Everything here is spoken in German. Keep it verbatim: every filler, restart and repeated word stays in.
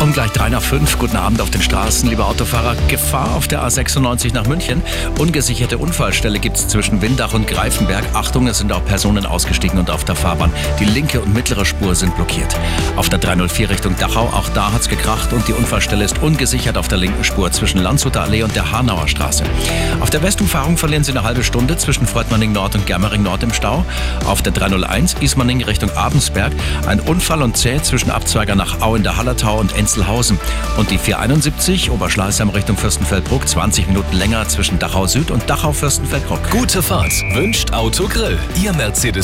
Achtung, gleich drei nach fünf. Guten Abend auf den Straßen, liebe Autofahrer. Gefahr auf der A sechsundneunzig nach München. Ungesicherte Unfallstelle gibt es zwischen Windach und Greifenberg. Achtung, es sind auch Personen ausgestiegen und auf der Fahrbahn. Die linke und mittlere Spur sind blockiert. Auf der dreihundertvier Richtung Dachau, auch da hat's gekracht und die Unfallstelle ist ungesichert auf der linken Spur zwischen Landshuter Allee und der Hanauer Straße. Auf der Westumfahrung verlieren Sie eine halbe Stunde zwischen Freudenmanning Nord und Germering Nord im Stau. Auf der dreihunderteins Ismaning Richtung Abensberg ein Unfall und zäh zwischen Abzweiger nach Au in der Hallertau und Enzelhausen. Und die vierhunderteinundsiebzig Oberschleißheim Richtung Fürstenfeldbruck zwanzig Minuten länger zwischen Dachau Süd und Dachau Fürstenfeldbruck. Gute Fahrt wünscht Autogrill. Ihr Mercedes